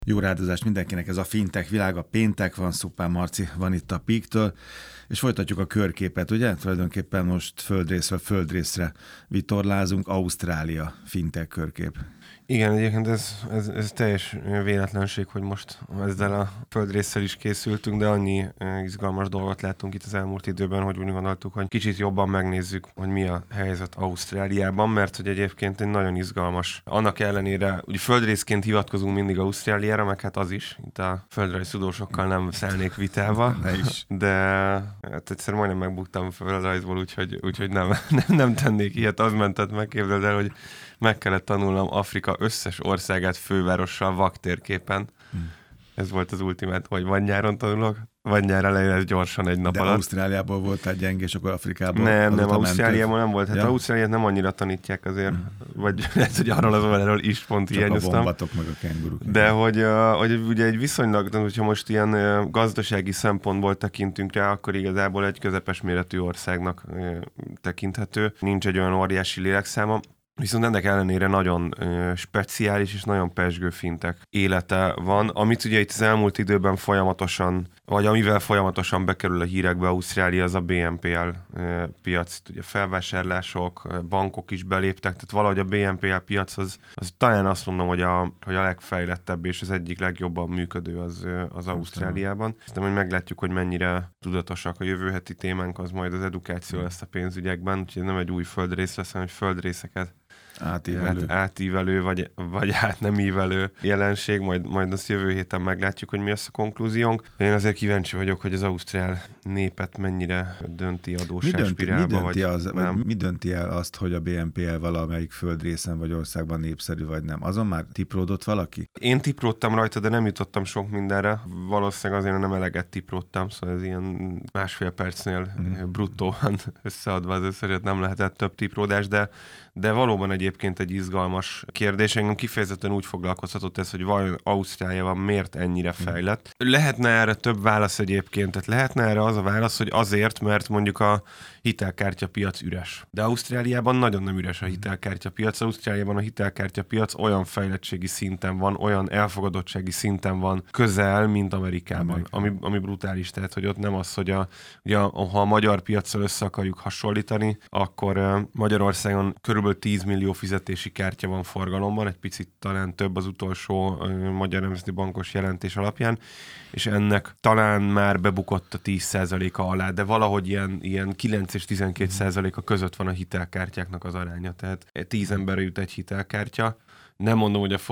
Jó rádozást mindenkinek, ez a fintech világa, péntek van, Szupán Marci van itt a Peaktől, és folytatjuk a körképet, ugye? Tulajdonképpen most földrészről földrészre vitorlázunk, Ausztrália fintech körkép. Igen, egyébként ez teljes véletlenség, hogy most ezzel a földrésszel is készültünk, de annyi izgalmas dolgot láttunk itt az elmúlt időben, hogy úgy gondoltuk, hogy kicsit jobban megnézzük, hogy mi a helyzet Ausztráliában, mert hogy egyébként egy nagyon izgalmas. Annak ellenére, ugye földrészként hivatkozunk mindig Ausztráliára, meg hát az is, itt a földrajztudósokkal nem szállnék vitába, de hát egyszer majdnem megbuktam földrajzból, úgyhogy nem tennék ilyet, az mentett meg, képzeld el, hogy meg kellett tanulnom Afrika összes országát fővárossal vaktérképen. Ez volt az ultimát, hogy vagy nyáron tanulok, vagy nyára lesz gyorsan egy nap alatt. De Ausztráliából voltál gyenge, és akkor Afrikából... Nem, Ausztráliából nem volt. Hát ja. Ausztráliát nem annyira tanítják azért, vagy lehet, hogy arról az oldalról is pont hiányoztam. Csak a bombatok meg a kenguruk. De hogy ugye egy viszonylag, hogyha most ilyen gazdasági szempontból tekintünk rá, akkor igazából egy közepes méretű országnak tekinthető. Nincs egy olyan óriási lélekszáma. Viszont ennek ellenére nagyon speciális és nagyon pezsgő fintech élete van, amit ugye itt az elmúlt időben folyamatosan, vagy amivel folyamatosan bekerül a hírekbe Ausztrália, az a BNPL piac. Itt ugye felvásárlások, bankok is beléptek, tehát valahogy a BNPL piac az talán azt mondom, hogy a legfejlettebb és az egyik legjobban működő az Ausztráliában. Aztán, hogy meglátjuk, hogy mennyire tudatosak. A jövő heti témánk az majd az edukáció lesz a pénzügyekben, úgyhogy nem egy új földrész lesz, hanem egy földrészeket átívelő vagy nem ívelő jelenség, majd azt jövő héten meglátjuk, hogy mi lesz a konklúziónk. Én azért kíváncsi vagyok, hogy az ausztrál népet mennyire dönti adósságspirálba, mi dönti el azt, hogy a BNPL valamelyik földrészen vagy országban népszerű, vagy nem? Azon már tipródott valaki? Én tipródtam rajta, de nem jutottam sok mindenre. Valószínűleg azért nem eleget tipródtam, szóval ez ilyen 1,5 percnél bruttóan összeadva az összeset nem lehetett több tipródás, de valóban egyébként egy izgalmas kérdés. Engem kifejezetten úgy foglalkoztatott ez, hogy vajon Ausztráliában miért ennyire fejlett. Lehetne erre több válasz egyébként, tehát lehetne erre az a válasz, hogy azért, mert mondjuk a hitelkártyapiac üres. De Ausztráliában nagyon nem üres a hitelkártyapiac. Ausztráliában a hitelkártyapiac olyan fejlettségi szinten van, olyan elfogadottsági szinten van közel, mint Amerikában. Ami brutális, tehát hogy ott nem az, hogy ha a magyar piaccal össze akarjuk hasonlítani, akkor Magyarországon körülbelül 10 millió fizetési kártya van forgalomban, egy picit talán több az utolsó Magyar Nemzeti Bankos jelentés alapján, és ennek talán már bebukott a 10%-a alá, de valahogy ilyen 9 és 12%-a között van a hitelkártyáknak az aránya, tehát 10 emberre jut egy hitelkártya. Nem mondom, hogy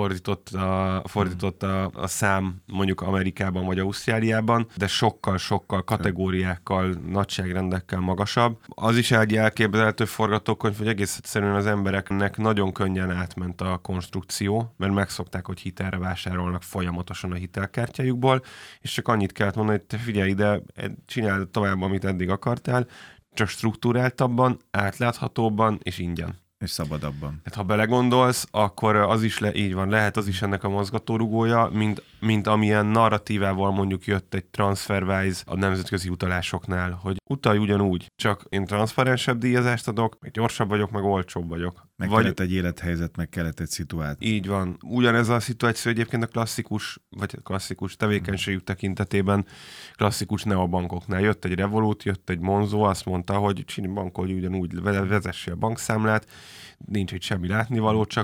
fordított a szám mondjuk Amerikában vagy Ausztráliában, de sokkal kategóriákkal, nagyságrendekkel magasabb. Az is egy elképzelhető forgatókönyv, hogy egész egyszerűen az embereknek nagyon könnyen átment a konstrukció, mert megszokták, hogy hitelre vásárolnak folyamatosan a hitelkártyájukból, és csak annyit kellett mondani, hogy te figyelj ide, csináld tovább, amit eddig akartál, csak struktúráltabban, átláthatóbban és ingyen. És szabadabban. Hát, ha belegondolsz, akkor az is így van, lehet az is ennek a mozgatórugója, mint amilyen narratívával mondjuk jött egy TransferWise a nemzetközi utalásoknál, hogy utalj ugyanúgy, csak én transzparensebb díjazást adok, meg gyorsabb vagyok, meg olcsóbb vagyok. Kellett egy élethelyzet, meg kellett egy szituáció. Így van. Ugyanez a szituáció egyébként a klasszikus tevékenységük tekintetében klasszikus neobankoknál. Jött egy Revolut, jött egy Monzo, azt mondta, hogy bankolj ugyanúgy, vezessél bankszámlát, nincs itt semmi látnivaló, csak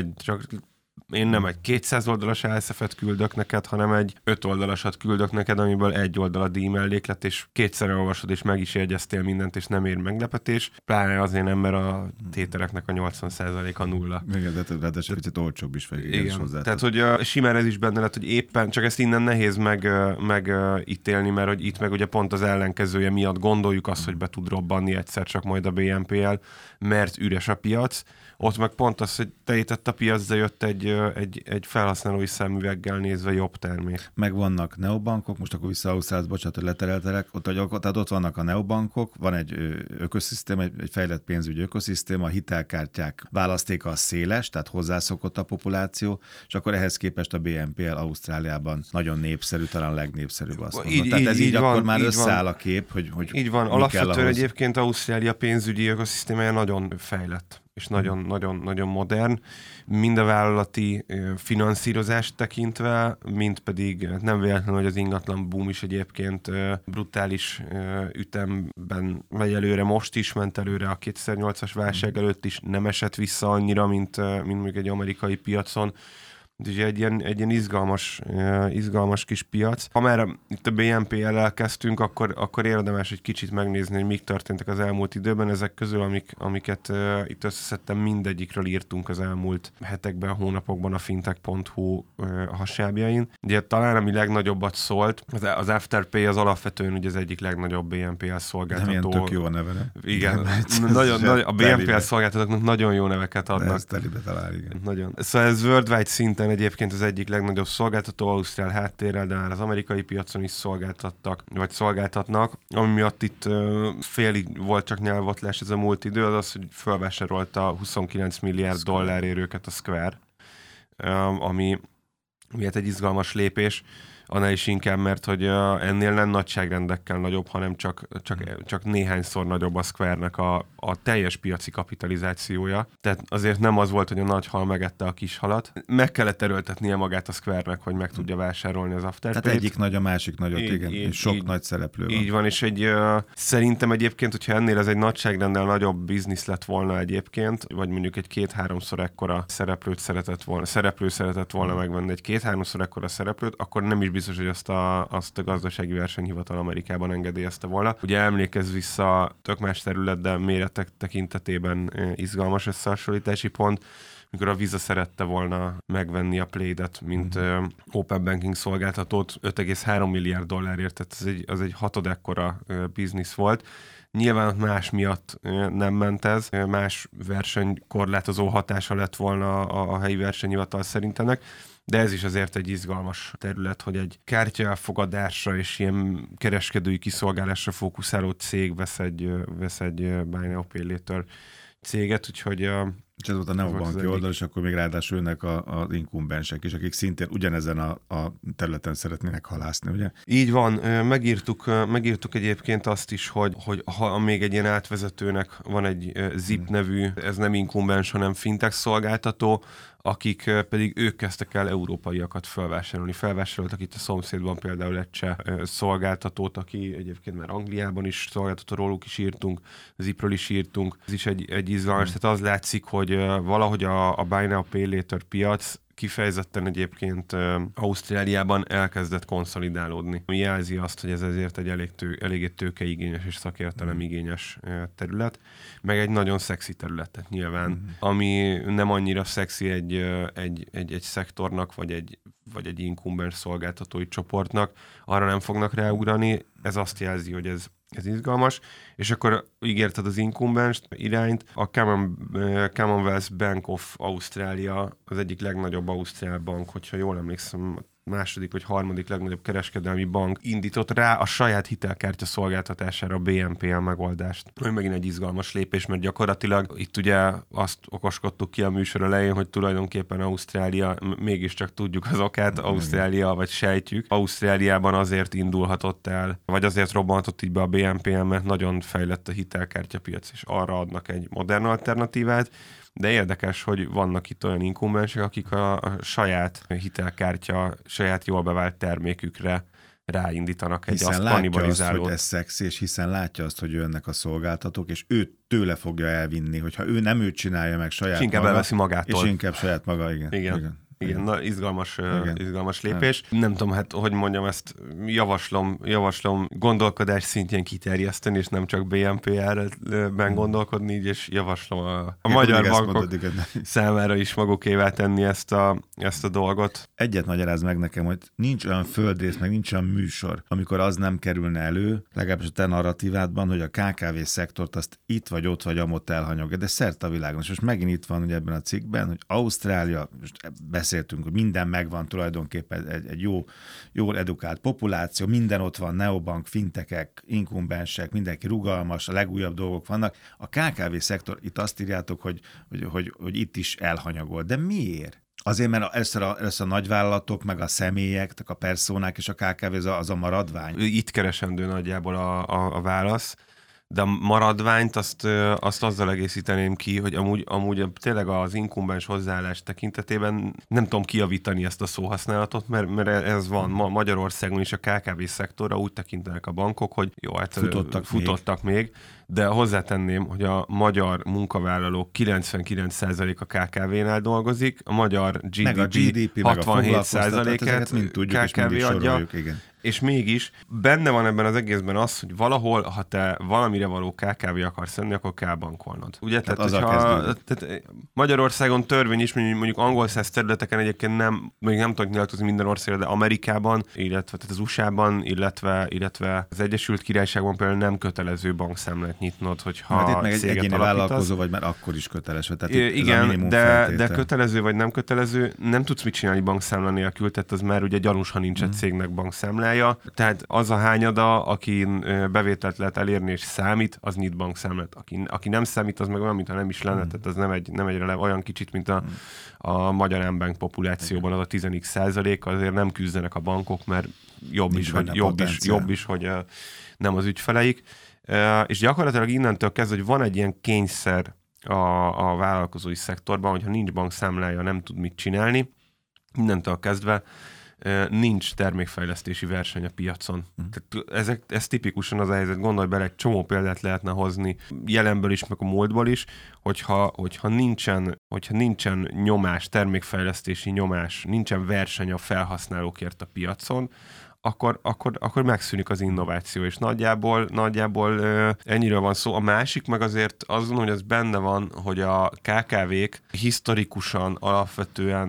én nem egy 200 oldalas ASF-et küldök neked, hanem egy 5 oldalasat küldök neked, amiből egy oldal a díj melléklet, és kétszer olvasod, és meg is jegyeztél mindent, és nem ér meglepetés. Pláne azért nem, mert a tételeknek a 80%-a nulla. Igen, de ráadásul picit olcsóbb is vagy. Igen, tehát hogy simán ez is benne lett, hogy éppen, csak ezt innen nehéz megítélni, mert hogy itt meg ugye pont az ellenkezője miatt gondoljuk azt, hogy be tud robbanni egyszer csak majd a BNPL, mert üres a piac. Ott meg pont az, hogy telített a piac, de jött egy felhasználói szemüveggel nézve jobb termék. Meg vannak neobankok, most akkor vissza Ausztrálhoz, bocsánat, hogy letereltelek, tehát ott vannak a neobankok, van egy ökoszisztéma, egy fejlett pénzügyi ökoszisztéma, a hitelkártyák választéka a széles, tehát hozzászokott a populáció, és akkor ehhez képest a BNPL Ausztráliában nagyon népszerű, talán a legnépszerűbb, azt mondom. Tehát ez így akkor már összeáll a kép, hogy így van, alapvetően egyébként Ausztrália pénzügyi ökoszisztémája nagyon fejlett. és nagyon modern, mind a vállalati finanszírozást tekintve, mind pedig nem véletlenül, hogy az ingatlan boom is egyébként brutális ütemben megy előre, most is ment előre, a 2008-as válság előtt is nem esett vissza annyira, mint mondjuk egy amerikai piacon. Úgyhogy egy ilyen izgalmas kis piac. Ha már itt a BNPL-el kezdtünk, akkor érdemes egy kicsit megnézni, hogy mik történtek az elmúlt időben. Ezek közül, amiket itt összeszedtem, mindegyikről írtunk az elmúlt hetekben, hónapokban a fintech.hu hasábjain. Ugye talán ami legnagyobbat szólt, az Afterpay az alapvetően ugye az egyik legnagyobb BNPL szolgáltató. Nem ilyen tök jó a neve, nem? Igen. A BNPL szolgáltatóknak nagyon jó neveket adnak. De ez telibe talál, igen. Nagyon. Szóval ez worldwide szinten egyébként az egyik legnagyobb szolgáltató, ausztrál háttérrel, de már az amerikai piacon is szolgáltatnak. Ami miatt itt félig volt csak nyelvatlás ez a múlt idő, az, hogy felvásárolta 29 milliárd dollárért őket a Square, ami miért egy izgalmas lépés, annál is inkább, mert hogy ennél nem nagyságrendekkel nagyobb, hanem csak néhányszor nagyobb a Square-nek a teljes piaci kapitalizációja. Tehát azért nem az volt, hogy a nagy hal megette a kis halat. Meg kellett erőltetnie magát a Square-nek, hogy meg tudja vásárolni az Afterpay-t. Tehát egyik nagy, a másik nagyot, igen. És sok nagy szereplő van. Így van, és szerintem egyébként, hogyha ennél ez egy nagyságrendel nagyobb biznisz lett volna egyébként, vagy mondjuk egy 2-3-szor ekkora szereplő szeretett volna megvenni egy 2-3-szor ekkora szereplőt, akkor nem is biztos, hogy azt a gazdasági versenyhivatal Amerikában engedélyezte volna. Ugye emlékezz vissza, tök más terület, de méretek tekintetében izgalmas összehasonlítási pont, mikor a Visa szerette volna megvenni a Playdet, mint open banking szolgáltatót 5,3 milliárd dollárért, tehát az egy hatod ekkora biznisz volt. Nyilván más miatt nem ment ez, más versenykorlátozó hatása lett volna a helyi versenyhivatal szerintenek, de ez is azért egy izgalmas terület, hogy egy kártyaelfogadásra és ilyen kereskedői kiszolgálásra fókuszáló cég vesz egy Buy Now Pay Later céget, úgyhogy... És ez volt a neobanki oldal, és akkor még ráadásul jönnek az inkumbensek is, akik szintén ugyanezen a területen szeretnének halászni, ugye? Így van, megírtuk egyébként azt is, hogy ha még egy ilyen átvezetőnek van egy Zip nevű, ez nem inkumbens, hanem fintech szolgáltató, akik pedig ők kezdtek el európaiakat felvásárolni. Felvásároltak itt a szomszédban például egy cseh szolgáltatót, aki egyébként már Angliában is szolgáltató, róluk is írtunk, Zipről is írtunk. Ez is egy izgalmas, tehát az látszik, hogy valahogy a Buy Now Pay Later piac kifejezetten egyébként Ausztráliában elkezdett konszolidálódni. Ami jelzi azt, hogy ez ezért egy eléggé tőkeigényes és szakértelemigényes terület, meg egy nagyon szexi területet nyilván, ami nem annyira szexi egy szektornak, vagy egy inkumbens szolgáltatói csoportnak, arra nem fognak ráugrani. Ez azt jelzi, hogy ez izgalmas, és akkor ígérted az inkumbens irányt. A Commonwealth Bank of Australia az egyik legnagyobb ausztrál bank, hogyha jól emlékszem, második vagy harmadik legnagyobb kereskedelmi bank indított rá a saját hitelkártya szolgáltatására a BNPL megoldást. Ami megint egy izgalmas lépés, mert gyakorlatilag itt ugye azt okoskodtuk ki a műsor elején, hogy tulajdonképpen Ausztrália, mégiscsak tudjuk az okát, Ausztrália, vagy sejtjük, Ausztráliában azért indulhatott el, vagy azért robbantott így be a BNPL, mert nagyon fejlett a hitelkártyapiac, és arra adnak egy modern alternatívát. De érdekes, hogy vannak itt olyan inkumbensek, akik a saját hitelkártya, saját jól bevált termékükre ráindítanak egy azt kannibalizálót. Hiszen látja azt, hogy ez szexi, és hiszen látja azt, hogy jönnek a szolgáltatók, és ő tőle fogja elvinni, hogyha ő nem őt csinálja meg saját és inkább maga. Elveszi magától. És inkább saját maga, igen. Igen, na, izgalmas lépés. Nem tudom, hát hogy mondjam, ezt javaslom gondolkodás szintjén kiterjeszteni, és nem csak BNPL-ben gondolkodni, így, és javaslom a magyar bankok számára is magukévá tenni ezt a dolgot. Egyet magyaráz meg nekem, hogy nincs olyan földrész, meg nincs olyan műsor, amikor az nem kerülne elő, legalábbis a te narratívádban, hogy a KKV szektort azt itt vagy ott vagy amott elhanyagja, de szerte a világon. És most megint itt van ugye ebben a cikkben, hogy Ausztrália, most beszéltünk, hogy minden megvan tulajdonképpen, egy jól edukált populáció, minden ott van, neobank, fintekek, inkumbensek, mindenki rugalmas, a legújabb dolgok vannak. A KKV szektor, itt azt írjátok, hogy itt is elhanyagol. De miért? Azért, mert először a nagyvállalatok, meg a személyek, a perszónák és a KKV az a maradvány. Itt keresendő nagyjából a válasz. De a maradványt azt azzal egészíteném ki, hogy amúgy tényleg az inkumbens hozzáállás tekintetében nem tudom kijavítani ezt a szóhasználatot, mert ez van Magyarországon is a KKV szektorra úgy tekintenek a bankok, hogy jó, hát futottak még, de hozzátenném, hogy a magyar munkavállalók 99%-a KKV-nál dolgozik, a magyar GDP 67%-et KKV adja, és mégis benne van ebben az egészben az, hogy valahol, ha te valamire való KKV akarsz lenni, akkor kell bankolnod. Ugye? Tehát Magyarországon törvény is, mondjuk angol száz területeken egyébként nem tudok nyilatkozni minden országban, de Amerikában, illetve tehát az USA-ban, illetve az Egyesült Királyságban például nem kötelező bankszámlát nyitnod, hogyha hát itt meg egy egyéni vállalkozó vagy, mert akkor is köteles. Tehát igen, de kötelező vagy nem kötelező, nem tudsz mit csinálni bankszámla nélkül, tehát az már ugye gyanús, ha nincs egy cégnek bankszámlája. Tehát az a hányada, akin bevételt lehet elérni és számít, az nyit bankszámlát. Aki nem számít, az meg olyan, mintha nem is lenne, tehát az nem egy olyan kicsit, mint a magyar M-bank populációban az a 10% azért nem küzdenek a bankok, mert jobb is, hogy nem az ügyfeleik. És gyakorlatilag innentől kezdve, hogy van egy ilyen kényszer a vállalkozói szektorban, hogyha nincs bankszámlája, nem tud mit csinálni, innentől kezdve nincs termékfejlesztési verseny a piacon. Tehát ez tipikusan az a helyzet. Gondolj bele, egy csomó példát lehetne hozni jelenből is, meg a múltból is, hogyha nincsen nyomás, termékfejlesztési nyomás, nincsen verseny a felhasználókért a piacon, akkor megszűnik az innováció, és nagyjából ennyiről van szó. A másik meg azért azon, hogy az benne van, hogy a KKV-k historikusan alapvetően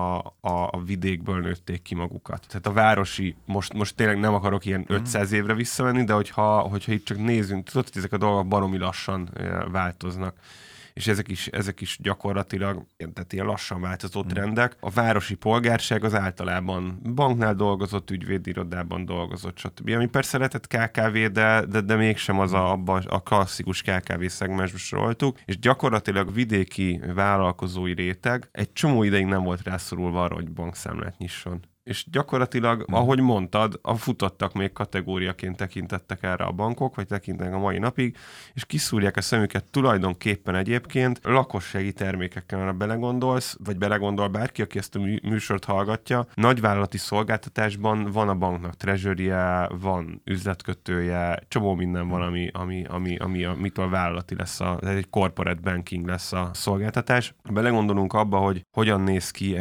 a vidékből nőtték ki magukat. Tehát a városi, most tényleg nem akarok ilyen 500 évre visszamenni, de hogyha itt csak nézzünk, tudod, hogy ezek a dolgok baromi lassan változnak. És ezek is gyakorlatilag tehát ilyen lassan változó trendek. A városi polgárság az általában banknál dolgozott, ügyvédirodában dolgozott, stb. Ami persze lehetett KKV, de mégsem az a klasszikus KKV szegmensbe soroltuk, és gyakorlatilag vidéki vállalkozói réteg egy csomó ideig nem volt rászorulva arra, hogy bankszámlát nyisson. És gyakorlatilag, ahogy mondtad, a futottak még kategóriaként tekintettek erre a bankok, vagy tekintenek a mai napig, és kiszúrják a szemüket tulajdonképpen egyébként lakossági termékekkel, arra belegondolsz, vagy belegondol bárki, aki ezt a műsort hallgatja. Nagyvállalati szolgáltatásban van a banknak treasury-je, van üzletkötője, csomó minden van, amitől vállalati lesz, egy corporate banking lesz a szolgáltatás. Belegondolunk abba, hogy hogyan néz ki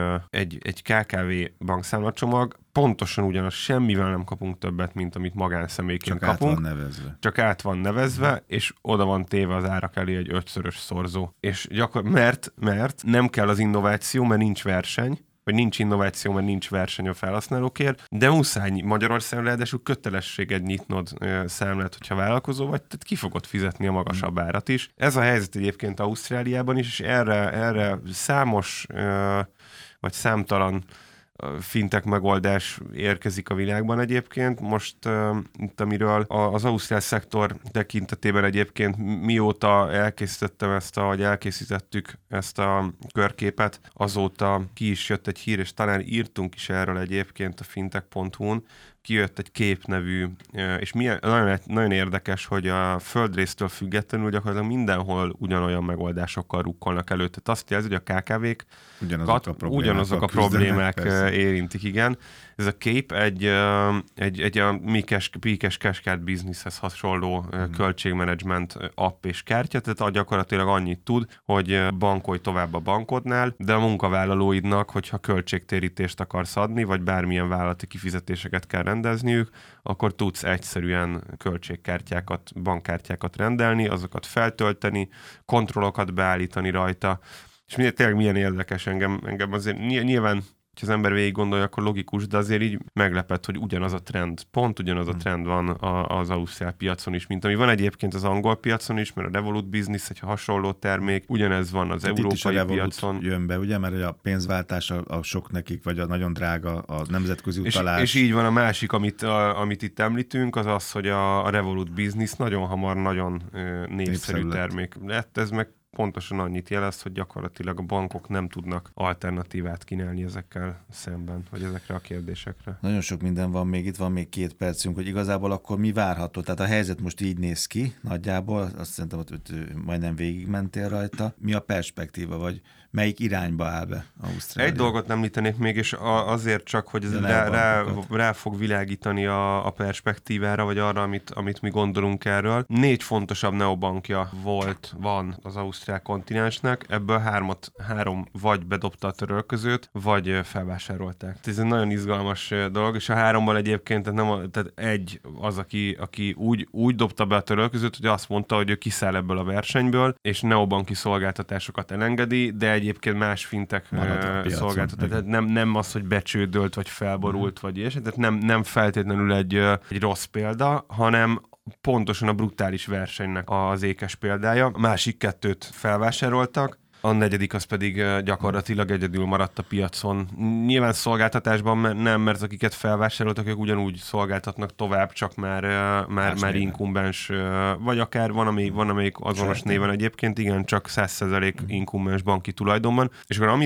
egy KKV bankszámlacsomag, pontosan ugyanaz, semmivel nem kapunk többet, mint amit magánszemélyként kapunk. Csak át van nevezve, és oda van téve az árak elé egy 5-szörös szorzó. És mert nem kell az innováció, mert nincs verseny, vagy nincs innováció, mert nincs verseny a felhasználókért, de muszáj Magyarországon ráadásul kötelességed nyitnod számlát, hogyha vállalkozó vagy, tehát ki fogod fizetni a magasabb árat is. Ez a helyzet egyébként Ausztráliában is, és erre számos vagy számtalan fintech megoldás érkezik a világban egyébként. Most itt, amiről az ausztrál szektor tekintetében egyébként mióta elkészítettük ezt a körképet, azóta ki is jött egy hír, és talán írtunk is erről egyébként a fintech.hu-n, kijött egy Kép nevű, és nagyon érdekes, hogy a földrésztől függetlenül gyakorlatilag mindenhol ugyanolyan megoldásokkal rukkolnak elő. Tehát azt jelzi, hogy a KKV-k ugyanazok a problémák érintik, igen. Ez a Kép egy a Mikes Cascade Businesshez hasonló költségmenedzsment app és kártya, tehát gyakorlatilag annyit tud, hogy bankolj tovább a bankodnál, de a munkavállalóidnak, hogyha költségtérítést akarsz adni, vagy bármilyen vállalati kifizetéseket kell rendezniük, akkor tudsz egyszerűen költségkártyákat, bankkártyákat rendelni, azokat feltölteni, kontrollokat beállítani rajta, és tényleg milyen érdekes engem azért nyilván, ha az ember végig gondolja, akkor logikus, de azért így meglepett, hogy ugyanaz a trend, pont ugyanaz a trend van az ausztrál piacon is, mint ami van egyébként az angol piacon is, mert a Revolut Business egy hasonló termék, ugyanez van az európai piacon. Jön be, ugye, mert a pénzváltás a sok nekik, vagy a nagyon drága a nemzetközi utalás. És így van a másik, amit itt említünk, az, hogy a Revolut Business nagyon hamar, nagyon népszerű termék lett. Ez meg pontosan annyit jelez, hogy gyakorlatilag a bankok nem tudnak alternatívát kínálni ezekkel szemben, vagy ezekre a kérdésekre. Nagyon sok minden van még, itt van még 2 percünk, hogy igazából akkor mi várható? Tehát a helyzet most így néz ki nagyjából, azt szerintem, hogy majdnem végigmentél rajta. Mi a perspektíva, vagy melyik irányba áll be Ausztrália? Egy dolgot említenék még, és azért csak, hogy ez rá fog világítani a perspektívára, vagy arra, amit mi gondolunk erről. 4 fontosabb neobankja van az ausztrál kontinensnek, ebből 3 vagy bedobta a törölközőt, vagy felvásárolták. Ez egy nagyon izgalmas dolog, és a 3-ból egyébként tehát egy az, aki úgy dobta be a törölközőt, hogy azt mondta, hogy ő kiszáll ebből a versenyből, és neobanki szolgáltatásokat elengedi, de egyébként más fintek szolgáltató. Tehát nem az, hogy becsődölt, vagy felborult, vagy ilyesmi. Tehát nem feltétlenül egy rossz példa, hanem pontosan a brutális versenynek az ékes példája. A másik 2 felvásároltak, a 4. az pedig gyakorlatilag egyedül maradt a piacon. Nyilván szolgáltatásban nem, mert akiket felvásároltak, ők ugyanúgy szolgáltatnak tovább, csak már inkumbens, vagy akár van, amelyik azonos néven egyébként, igen, csak 100% inkumbens banki tulajdonban. És akkor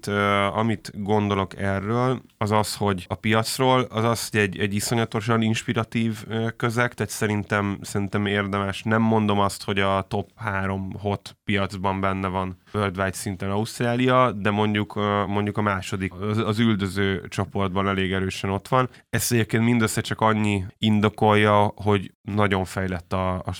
amit gondolok erről, az, hogy a piacról, az, hogy egy iszonyatosan inspiratív közeg, tehát szerintem érdemes. Nem mondom azt, hogy a top 3 hot piacban benne van worldwide szinten Ausztrália, de mondjuk a második, az üldöző csoportban elég erősen ott van. Ez egyébként mindössze csak annyi indokolja, hogy nagyon fejlett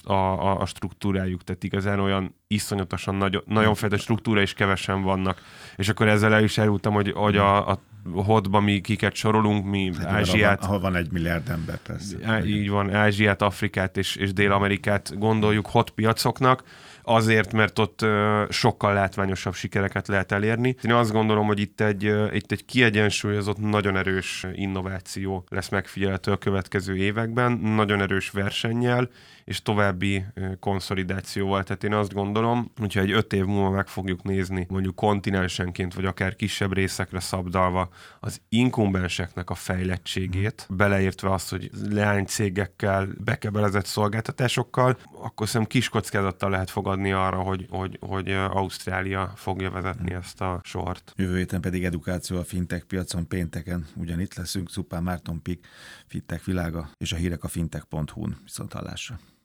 a struktúrájuk, tehát igazán olyan iszonyatosan nagyon fejlett struktúra, és kevesen vannak. És akkor ezzel el is eljutam, hogy a hotba mi kiket sorolunk, mi Ázsiát. Ahol van 1 milliárd ember, persze. Így van, Ázsiát, Afrikát és Dél-Amerikát gondoljuk hot piacoknak, azért, mert ott sokkal látványosabb sikereket lehet elérni. Én azt gondolom, hogy itt egy kiegyensúlyozott, nagyon erős innováció lesz megfigyelhető a következő években, nagyon erős versennyel, és további konszolidációval. Tehát én azt gondolom, hogyha egy 5 év múlva meg fogjuk nézni, mondjuk kontinensenként, vagy akár kisebb részekre szabdalva az inkumbenseknek a fejlettségét, beleértve azt, hogy leánycégekkel, bekebelezett szolgáltatásokkal, akkor szerintem kis kockázattal lehet fogadni arra, hogy Ausztrália fogja vezetni ezt a sort. Jövő héten pedig edukáció a fintech piacon, pénteken ugyanitt leszünk. Szupán Márton Pik, Fintech világa, és a hírek a fintech.hu-n. Viszonthallásra.